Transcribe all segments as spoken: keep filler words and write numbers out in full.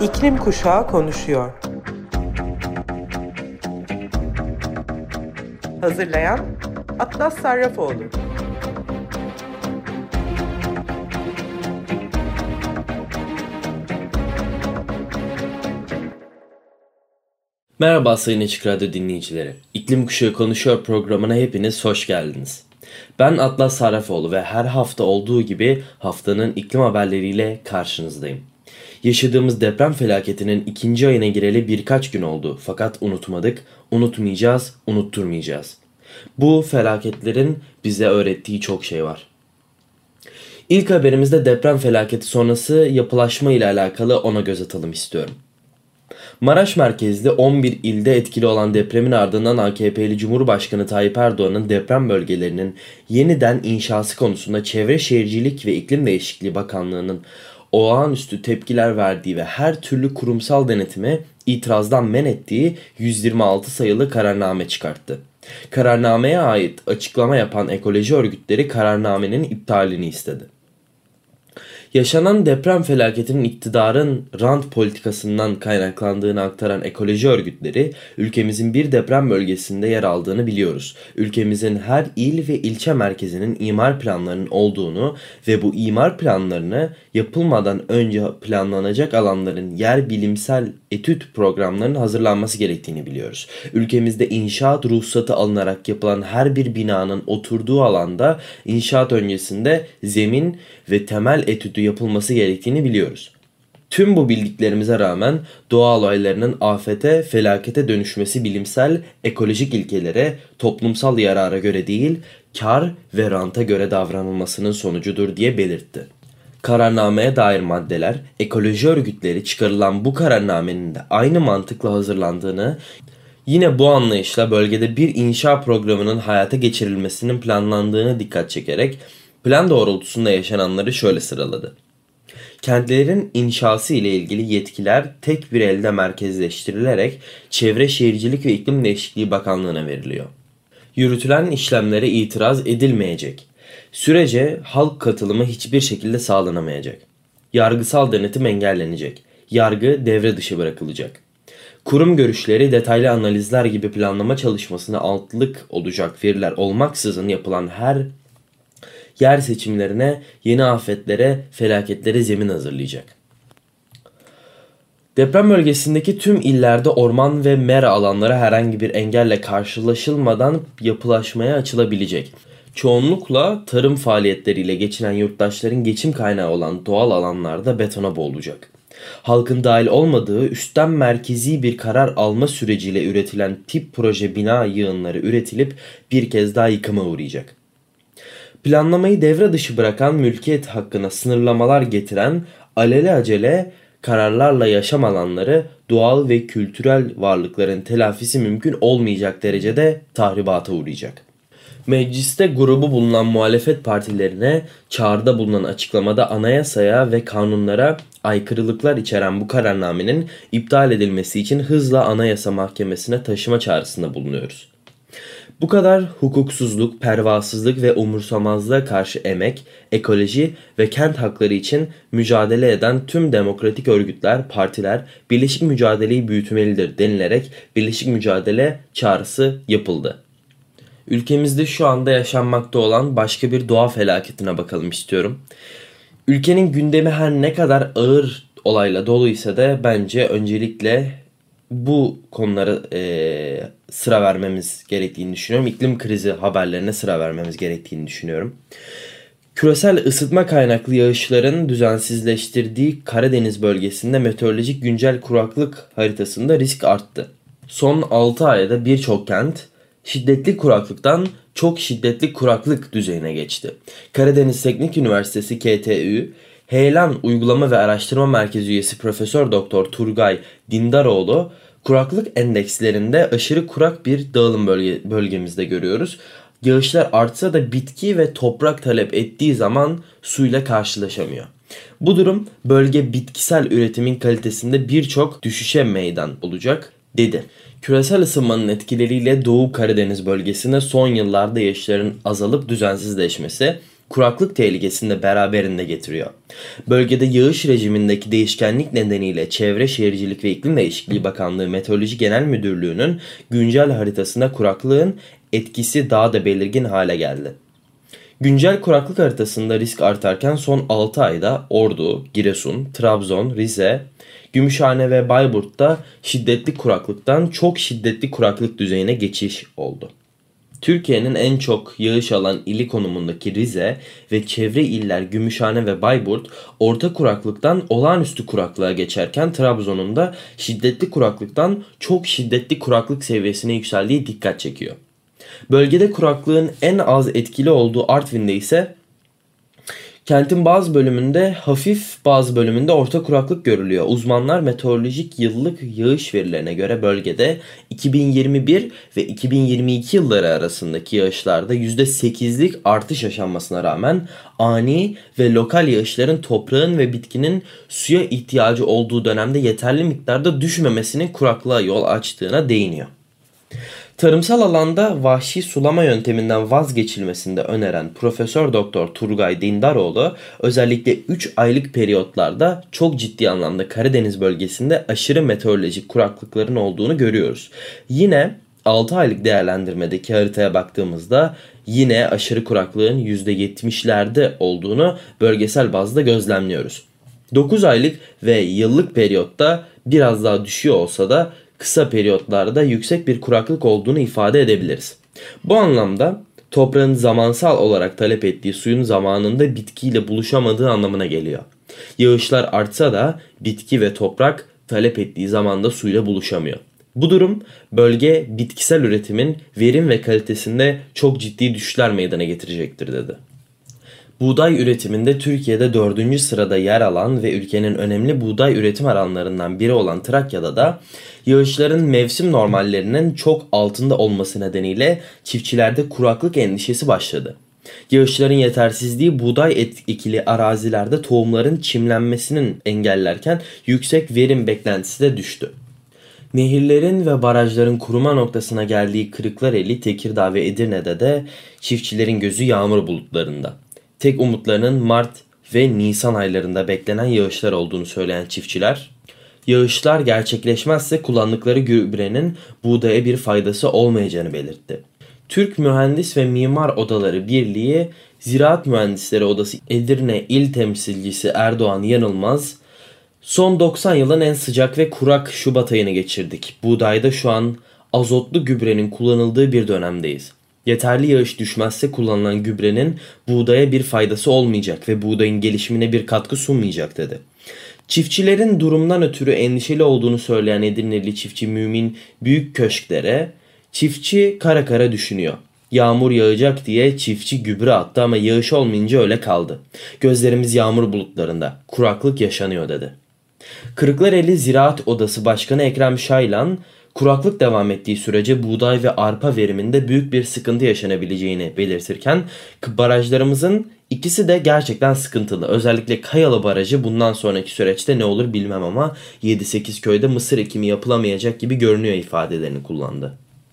İklim Kuşağı konuşuyor. Hazırlayan Atlas Sarrafoğlu. Merhaba Sayın Açık Radyo dinleyicileri. İklim Kuşağı Konuşuyor programına hepiniz hoş geldiniz. Ben Atlas Sarrafoğlu ve her hafta olduğu gibi haftanın iklim haberleriyle karşınızdayım. Yaşadığımız deprem felaketinin ikinci ayına gireli birkaç gün oldu. Fakat unutmadık, unutmayacağız, unutturmayacağız. Bu felaketlerin bize öğrettiği çok şey var. İlk haberimizde deprem felaketi sonrası yapılaşma ile alakalı ona göz atalım istiyorum. Maraş merkezli on bir ilde etkili olan depremin ardından A K P'li Cumhurbaşkanı Tayyip Erdoğan'ın deprem bölgelerinin yeniden inşası konusunda Çevre Şehircilik ve İklim Değişikliği Bakanlığı'nın olağanüstü tepkiler verdiği ve her türlü kurumsal denetime itirazdan men ettiği yüz yirmi altı sayılı kararname çıkarttı. Kararnameye ait açıklama yapan ekoloji örgütleri kararnamenin iptalini istedi. Yaşanan deprem felaketinin iktidarın rant politikasından kaynaklandığını aktaran ekoloji örgütleri, ülkemizin bir deprem bölgesinde yer aldığını biliyoruz. Ülkemizin her il ve ilçe merkezinin imar planlarının olduğunu ve bu imar planlarını yapılmadan önce planlanacak alanların yer bilimsel etüt programlarının hazırlanması gerektiğini biliyoruz. Ülkemizde inşaat ruhsatı alınarak yapılan her bir binanın oturduğu alanda inşaat öncesinde zemin ve temel etüdü yapılması gerektiğini biliyoruz. Tüm bu bildiklerimize rağmen doğa olaylarının afete, felakete dönüşmesi bilimsel, ekolojik ilkelere, toplumsal yarara göre değil, kar ve ranta göre davranılmasının sonucudur diye belirtti. Kararnameye dair maddeler, ekoloji örgütleri çıkarılan bu kararnamenin de aynı mantıkla hazırlandığını, yine bu anlayışla bölgede bir inşa programının hayata geçirilmesinin planlandığını dikkat çekerek plan doğrultusunda yaşananları şöyle sıraladı. Kentlerin inşası ile ilgili yetkiler tek bir elde merkezleştirilerek Çevre Şehircilik ve İklim Değişikliği Bakanlığı'na veriliyor. Yürütülen işlemlere itiraz edilmeyecek. Sürece halk katılımı hiçbir şekilde sağlanamayacak. Yargısal denetim engellenecek. Yargı devre dışı bırakılacak. Kurum görüşleri, detaylı analizler gibi planlama çalışmasına altlık olacak veriler olmaksızın yapılan her yer seçimlerine, yeni afetlere, felaketlere zemin hazırlayacak. Deprem bölgesindeki tüm illerde orman ve mera alanları herhangi bir engelle karşılaşılmadan yapılaşmaya açılabilecek. Çoğunlukla tarım faaliyetleriyle geçinen yurttaşların geçim kaynağı olan doğal alanlarda betona boğulacak. Halkın dahil olmadığı üstten merkezi bir karar alma süreciyle üretilen tip proje bina yığınları üretilip bir kez daha yıkıma uğrayacak. Planlamayı devre dışı bırakan, mülkiyet hakkına sınırlamalar getiren, alelacele kararlarla yaşam alanları, doğal ve kültürel varlıkların telafisi mümkün olmayacak derecede tahribata uğrayacak. Mecliste grubu bulunan muhalefet partilerine çağrıda bulunan açıklamada anayasaya ve kanunlara aykırılıklar içeren bu kararnamenin iptal edilmesi için hızla Anayasa Mahkemesi'ne taşıma çağrısında bulunuyoruz. Bu kadar hukuksuzluk, pervasızlık ve umursamazlığa karşı emek, ekoloji ve kent hakları için mücadele eden tüm demokratik örgütler, partiler birleşik mücadeleyi büyütmelidir denilerek birleşik mücadele çağrısı yapıldı. Ülkemizde şu anda yaşanmakta olan başka bir doğa felaketine bakalım istiyorum. Ülkenin gündemi her ne kadar ağır olayla doluysa da bence öncelikle bu konulara e, sıra vermemiz gerektiğini düşünüyorum. İklim krizi haberlerine sıra vermemiz gerektiğini düşünüyorum. Küresel ısıtma kaynaklı yağışların düzensizleştirdiği Karadeniz bölgesinde meteorolojik güncel kuraklık haritasında risk arttı. Son altı ayda birçok kent şiddetli kuraklıktan çok şiddetli kuraklık düzeyine geçti. Karadeniz Teknik Üniversitesi K T Ü Heyelan Uygulama ve Araştırma Merkezi üyesi Profesör Doktor Turgay Dindaroğlu, kuraklık endekslerinde aşırı kurak bir dağılım bölge, bölgemizde görüyoruz. Yağışlar artsa da bitki ve toprak talep ettiği zaman suyla karşılaşamıyor. Bu durum bölge bitkisel üretimin kalitesinde birçok düşüşe meydan olacak dedi. Küresel ısınmanın etkileriyle Doğu Karadeniz bölgesinde son yıllarda yağışların azalıp düzensizleşmesi, kuraklık tehlikesini de beraberinde getiriyor. Bölgede yağış rejimindeki değişkenlik nedeniyle Çevre Şehircilik ve İklim Değişikliği Bakanlığı Meteoroloji Genel Müdürlüğü'nün güncel haritasında kuraklığın etkisi daha da belirgin hale geldi. Güncel kuraklık haritasında risk artarken son altı ayda Ordu, Giresun, Trabzon, Rize, Gümüşhane ve Bayburt'ta şiddetli kuraklıktan çok şiddetli kuraklık düzeyine geçiş oldu. Türkiye'nin en çok yağış alan ili konumundaki Rize ve çevre iller Gümüşhane ve Bayburt orta kuraklıktan olağanüstü kuraklığa geçerken Trabzon'un da şiddetli kuraklıktan çok şiddetli kuraklık seviyesine yükseldiği dikkat çekiyor. Bölgede kuraklığın en az etkili olduğu Artvin'de ise kentin bazı bölümünde hafif, bazı bölümünde orta kuraklık görülüyor. Uzmanlar meteorolojik yıllık yağış verilerine göre bölgede iki bin yirmi bir ve iki bin yirmi iki yılları arasındaki yağışlarda yüzde sekizlik artış yaşanmasına rağmen ani ve lokal yağışların toprağın ve bitkinin suya ihtiyacı olduğu dönemde yeterli miktarda düşmemesinin kuraklığa yol açtığına değiniyor. Tarımsal alanda vahşi sulama yönteminden vazgeçilmesini de öneren Profesör Doktor Turgay Dindaroğlu özellikle üç aylık periyotlarda çok ciddi anlamda Karadeniz bölgesinde aşırı meteorolojik kuraklıkların olduğunu görüyoruz. Yine altı aylık değerlendirmedeki haritaya baktığımızda yine aşırı kuraklığın yüzde yetmişlerde olduğunu bölgesel bazda gözlemliyoruz. dokuz aylık ve yıllık periyotta biraz daha düşüyor olsa da kısa periyotlarda yüksek bir kuraklık olduğunu ifade edebiliriz. Bu anlamda toprağın zamansal olarak talep ettiği suyun zamanında bitkiyle buluşamadığı anlamına geliyor. Yağışlar artsa da bitki ve toprak talep ettiği zamanda suyla buluşamıyor. Bu durum bölge bitkisel üretimin verim ve kalitesinde çok ciddi düşüşler meydana getirecektir dedi. Buğday üretiminde Türkiye'de dördüncü sırada yer alan ve ülkenin önemli buğday üretim alanlarından biri olan Trakya'da da yağışların mevsim normallerinin çok altında olması nedeniyle çiftçilerde kuraklık endişesi başladı. Yağışların yetersizliği buğday ekili arazilerde tohumların çimlenmesinin engellerken yüksek verim beklentisi de düştü. Nehirlerin ve barajların kuruma noktasına geldiği Kırklareli, Tekirdağ ve Edirne'de de çiftçilerin gözü yağmur bulutlarında. Tek umutlarının Mart ve Nisan aylarında beklenen yağışlar olduğunu söyleyen çiftçiler, yağışlar gerçekleşmezse kullandıkları gübrenin buğdaya bir faydası olmayacağını belirtti. Türk Mühendis ve Mimar Odaları Birliği Ziraat Mühendisleri Odası Edirne İl Temsilcisi Erdoğan Yanılmaz, son doksan yılın en sıcak ve kurak Şubat ayını geçirdik. Buğdayda şu an azotlu gübrenin kullanıldığı bir dönemdeyiz. Yeterli yağış düşmezse kullanılan gübrenin buğdaya bir faydası olmayacak ve buğdayın gelişimine bir katkı sunmayacak dedi. Çiftçilerin durumdan ötürü endişeli olduğunu söyleyen Edirneli çiftçi Mümin Büyükköşkler'e, çiftçi kara kara düşünüyor. Yağmur yağacak diye çiftçi gübre attı ama yağış olmayınca öyle kaldı. Gözlerimiz yağmur bulutlarında, kuraklık yaşanıyor dedi. Kırklareli Ziraat Odası Başkanı Ekrem Şaylan, kuraklık devam ettiği sürece buğday ve arpa veriminde büyük bir sıkıntı yaşanabileceğini belirtirken barajlarımızın ikisi de gerçekten sıkıntılı. Özellikle Kayalı Barajı bundan sonraki süreçte ne olur bilmem ama yedi sekiz köyde mısır ekimi yapılamayacak gibi görünüyor ifadelerini kullandı.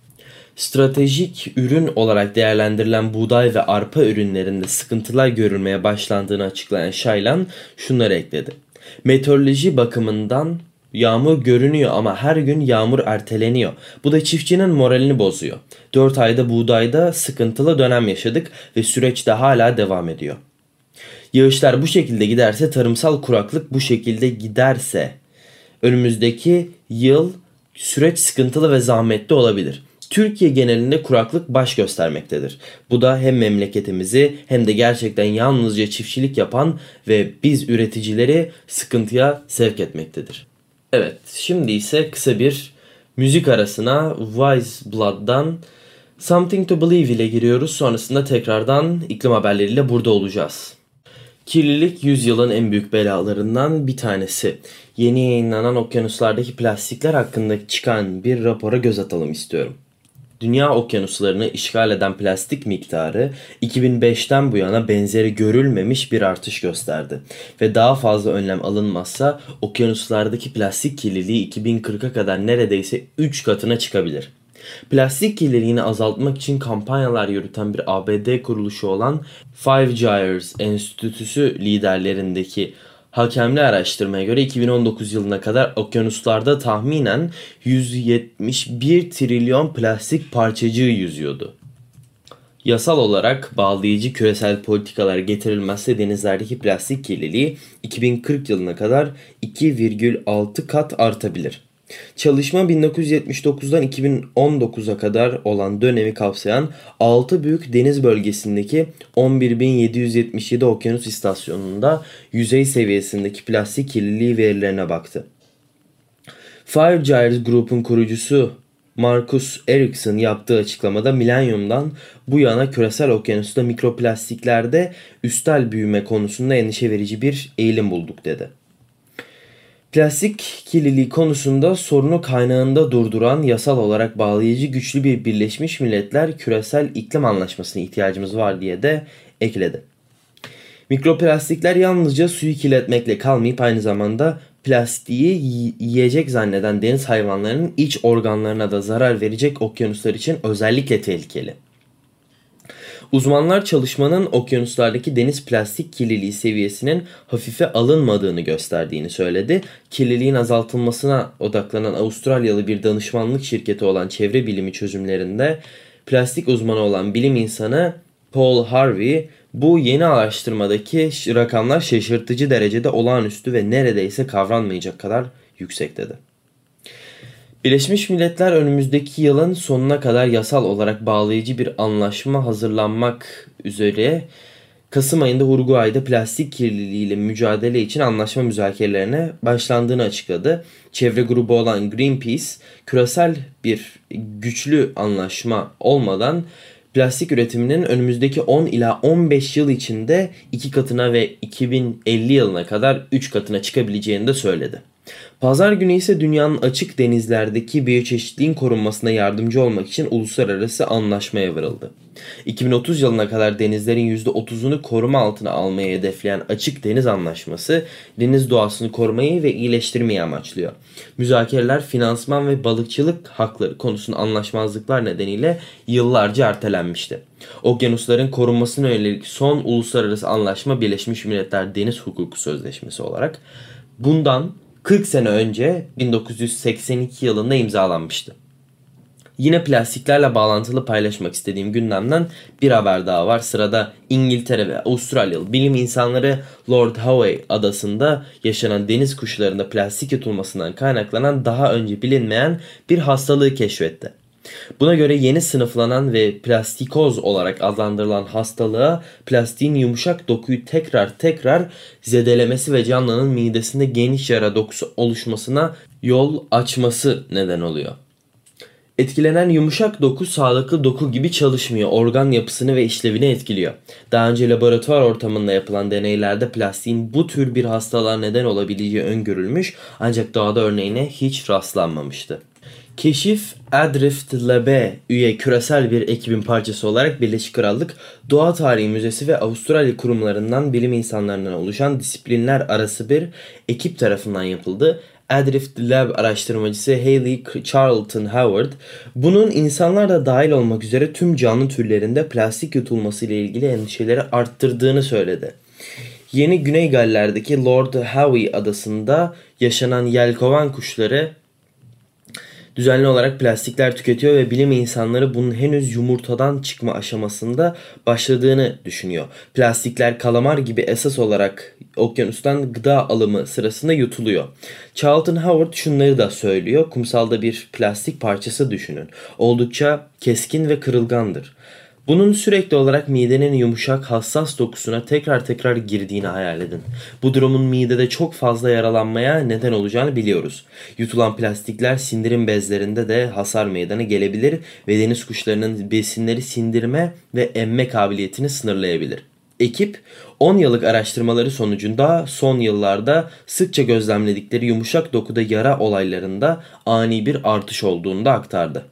Stratejik ürün olarak değerlendirilen buğday ve arpa ürünlerinde sıkıntılar görülmeye başlandığını açıklayan Şaylan şunları ekledi. Meteoroloji bakımından yağmur görünüyor ama her gün yağmur erteleniyor. Bu da çiftçinin moralini bozuyor. dört ayda buğdayda sıkıntılı dönem yaşadık ve süreç de hala devam ediyor. Yağışlar bu şekilde giderse, tarımsal kuraklık bu şekilde giderse önümüzdeki yıl süreç sıkıntılı ve zahmetli olabilir. Türkiye genelinde kuraklık baş göstermektedir. Bu da hem memleketimizi hem de gerçekten yalnızca çiftçilik yapan ve biz üreticileri sıkıntıya sevk etmektedir. Evet, şimdi ise kısa bir müzik arasına Wise Blood'dan Something to Believe ile giriyoruz. Sonrasında tekrardan iklim haberleriyle burada olacağız. Kirlilik yüzyılın en büyük belalarından bir tanesi. Yeni yayınlanan okyanuslardaki plastikler hakkında çıkan bir rapora göz atalım istiyorum. Dünya okyanuslarını işgal eden plastik miktarı iki bin beşten bu yana benzeri görülmemiş bir artış gösterdi. Ve daha fazla önlem alınmazsa okyanuslardaki plastik kirliliği iki bin kırka kadar neredeyse üç katına çıkabilir. Plastik kirliliğini azaltmak için kampanyalar yürüten bir A B D kuruluşu olan Five Gyres Enstitüsü liderlerindeki hakemli araştırmaya göre iki bin on dokuz yılına kadar okyanuslarda tahminen yüz yetmiş bir trilyon plastik parçacığı yüzüyordu. Yasal olarak bağlayıcı küresel politikalar getirilmezse denizlerdeki plastik kirliliği iki bin kırk yılına kadar iki virgül altı kat artabilir. Çalışma bin dokuz yüz yetmiş dokuzdan iki bin on dokuza kadar olan dönemi kapsayan altı büyük deniz bölgesindeki on bir bin yedi yüz yetmiş yedi okyanus istasyonunda yüzey seviyesindeki plastik kirliliği verilerine baktı. Five Gyres Group'un kurucusu Marcus Ericsson yaptığı açıklamada milenyumdan bu yana küresel okyanusta mikroplastiklerde üstel büyüme konusunda endişe verici bir eğilim bulduk dedi. Plastik kirliliği konusunda sorunu kaynağında durduran yasal olarak bağlayıcı güçlü bir Birleşmiş Milletler Küresel İklim Anlaşması'na ihtiyacımız var diye de ekledi. Mikroplastikler yalnızca suyu kirletmekle kalmayıp aynı zamanda plastiği yiyecek zanneden deniz hayvanlarının iç organlarına da zarar verecek okyanuslar için özellikle tehlikeli. Uzmanlar çalışmanın okyanuslardaki deniz plastik kirliliği seviyesinin hafife alınmadığını gösterdiğini söyledi. Kirliliğin azaltılmasına odaklanan Avustralyalı bir danışmanlık şirketi olan Çevre Bilimi Çözümlerinde plastik uzmanı olan bilim insanı Paul Harvey, bu yeni araştırmadaki rakamlar şaşırtıcı derecede olağanüstü ve neredeyse kavranmayacak kadar yüksek dedi. Birleşmiş Milletler önümüzdeki yılın sonuna kadar yasal olarak bağlayıcı bir anlaşma hazırlanmak üzere Kasım ayında Uruguay'da plastik kirliliğiyle mücadele için anlaşma müzakerelerine başlandığını açıkladı. Çevre grubu olan Greenpeace, küresel bir güçlü anlaşma olmadan plastik üretiminin önümüzdeki on ila on beş yıl içinde iki katına ve iki bin elli yılına kadar üç katına çıkabileceğini de söyledi. Pazar günü ise dünyanın açık denizlerdeki biyoçeşitliğin korunmasına yardımcı olmak için uluslararası anlaşmaya varıldı. iki bin otuz yılına kadar denizlerin yüzde otuzunu koruma altına almayı hedefleyen Açık Deniz Anlaşması, deniz doğasını korumayı ve iyileştirmeyi amaçlıyor. Müzakereler finansman ve balıkçılık hakları konusunda anlaşmazlıklar nedeniyle yıllarca ertelenmişti. Okyanusların korunmasına yönelik son uluslararası anlaşma Birleşmiş Milletler Deniz Hukuku Sözleşmesi olarak bundan kırk sene önce bin dokuz yüz seksen iki yılında imzalanmıştı. Yine plastiklerle bağlantılı paylaşmak istediğim gündemden bir haber daha var. Sırada İngiltere ve Avustralyalı bilim insanları Lord Howe adasında yaşanan deniz kuşlarında plastik yutulmasından kaynaklanan daha önce bilinmeyen bir hastalığı keşfetti. Buna göre yeni sınıflanan ve plastikoz olarak adlandırılan hastalığa plastiğin yumuşak dokuyu tekrar tekrar zedelemesi ve canlının midesinde geniş yara dokusu oluşmasına yol açması neden oluyor. Etkilenen yumuşak doku sağlıklı doku gibi çalışmıyor, organ yapısını ve işlevini etkiliyor. Daha önce laboratuvar ortamında yapılan deneylerde plastiğin bu tür bir hastalığa neden olabileceği öngörülmüş, ancak doğada örneğine hiç rastlanmamıştı. Keşif Adrift Lab'e üye küresel bir ekibin parçası olarak Birleşik Krallık Doğa Tarihi Müzesi ve Avustralya kurumlarından bilim insanlarından oluşan disiplinler arası bir ekip tarafından yapıldı. Adrift Lab araştırmacısı Hayley Charlton Howard, bunun insanlar da dahil olmak üzere tüm canlı türlerinde plastik yutulması ile ilgili endişeleri arttırdığını söyledi. Yeni Güney Galler'deki Lord Howe adasında yaşanan yelkovan kuşları düzenli olarak plastikler tüketiyor ve bilim insanları bunun henüz yumurtadan çıkma aşamasında başladığını düşünüyor. Plastikler kalamar gibi esas olarak okyanustan gıda alımı sırasında yutuluyor. Charlton Howard şunları da söylüyor. Kumsalda bir plastik parçası düşünün. Oldukça keskin ve kırılgandır. Bunun sürekli olarak midenin yumuşak, hassas dokusuna tekrar tekrar girdiğini hayal edin. Bu durumun midede çok fazla yaralanmaya neden olacağını biliyoruz. Yutulan plastikler sindirim bezlerinde de hasar meydana gelebilir ve deniz kuşlarının besinleri sindirme ve emme kabiliyetini sınırlayabilir. Ekip on yıllık araştırmaları sonucunda son yıllarda sıkça gözlemledikleri yumuşak dokuda yara olaylarında ani bir artış olduğunu da aktardı.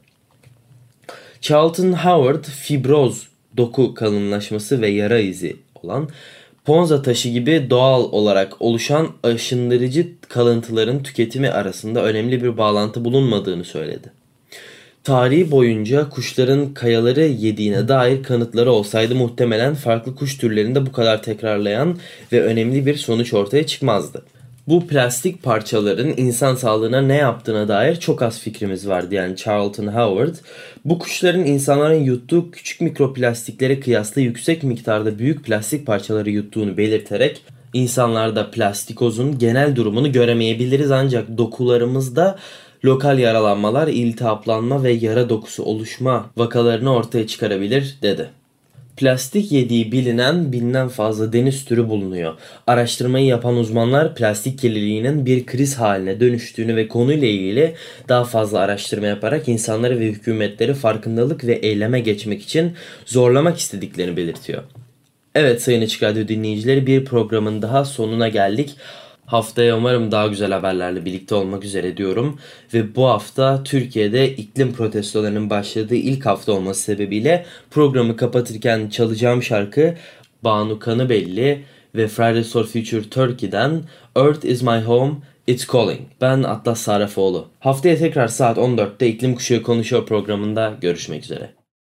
Charlton Howard, fibroz, doku kalınlaşması ve yara izi olan Ponza taşı gibi doğal olarak oluşan aşındırıcı kalıntıların tüketimi arasında önemli bir bağlantı bulunmadığını söyledi. Tarihi boyunca kuşların kayaları yediğine dair kanıtları olsaydı muhtemelen farklı kuş türlerinde bu kadar tekrarlayan ve önemli bir sonuç ortaya çıkmazdı. Bu plastik parçaların insan sağlığına ne yaptığına dair çok az fikrimiz var diyen Charlton Howard, bu kuşların insanların yuttuğu küçük mikroplastiklere kıyasla yüksek miktarda büyük plastik parçaları yuttuğunu belirterek, insanlarda plastikozun genel durumunu göremeyebiliriz ancak dokularımızda lokal yaralanmalar, iltihaplanma ve yara dokusu oluşma vakalarını ortaya çıkarabilir dedi. Plastik yediği bilinen binden fazla deniz türü bulunuyor. Araştırmayı yapan uzmanlar plastik kirliliğinin bir kriz haline dönüştüğünü ve konuyla ilgili daha fazla araştırma yaparak insanları ve hükümetleri farkındalık ve eyleme geçmek için zorlamak istediklerini belirtiyor. Evet sayın Açık Radyo dinleyicileri, bir programın daha sonuna geldik. Haftaya umarım daha güzel haberlerle birlikte olmak üzere diyorum. Ve bu hafta Türkiye'de iklim protestolarının başladığı ilk hafta olması sebebiyle programı kapatırken çalacağım şarkı Banu Kanıbelli ve Fridays for Future Turkey'den Earth is my home, it's calling. Ben Atlas Sarrafoğlu. Haftaya tekrar saat on dörtte İklim Kuşağı Konuşuyor programında görüşmek üzere.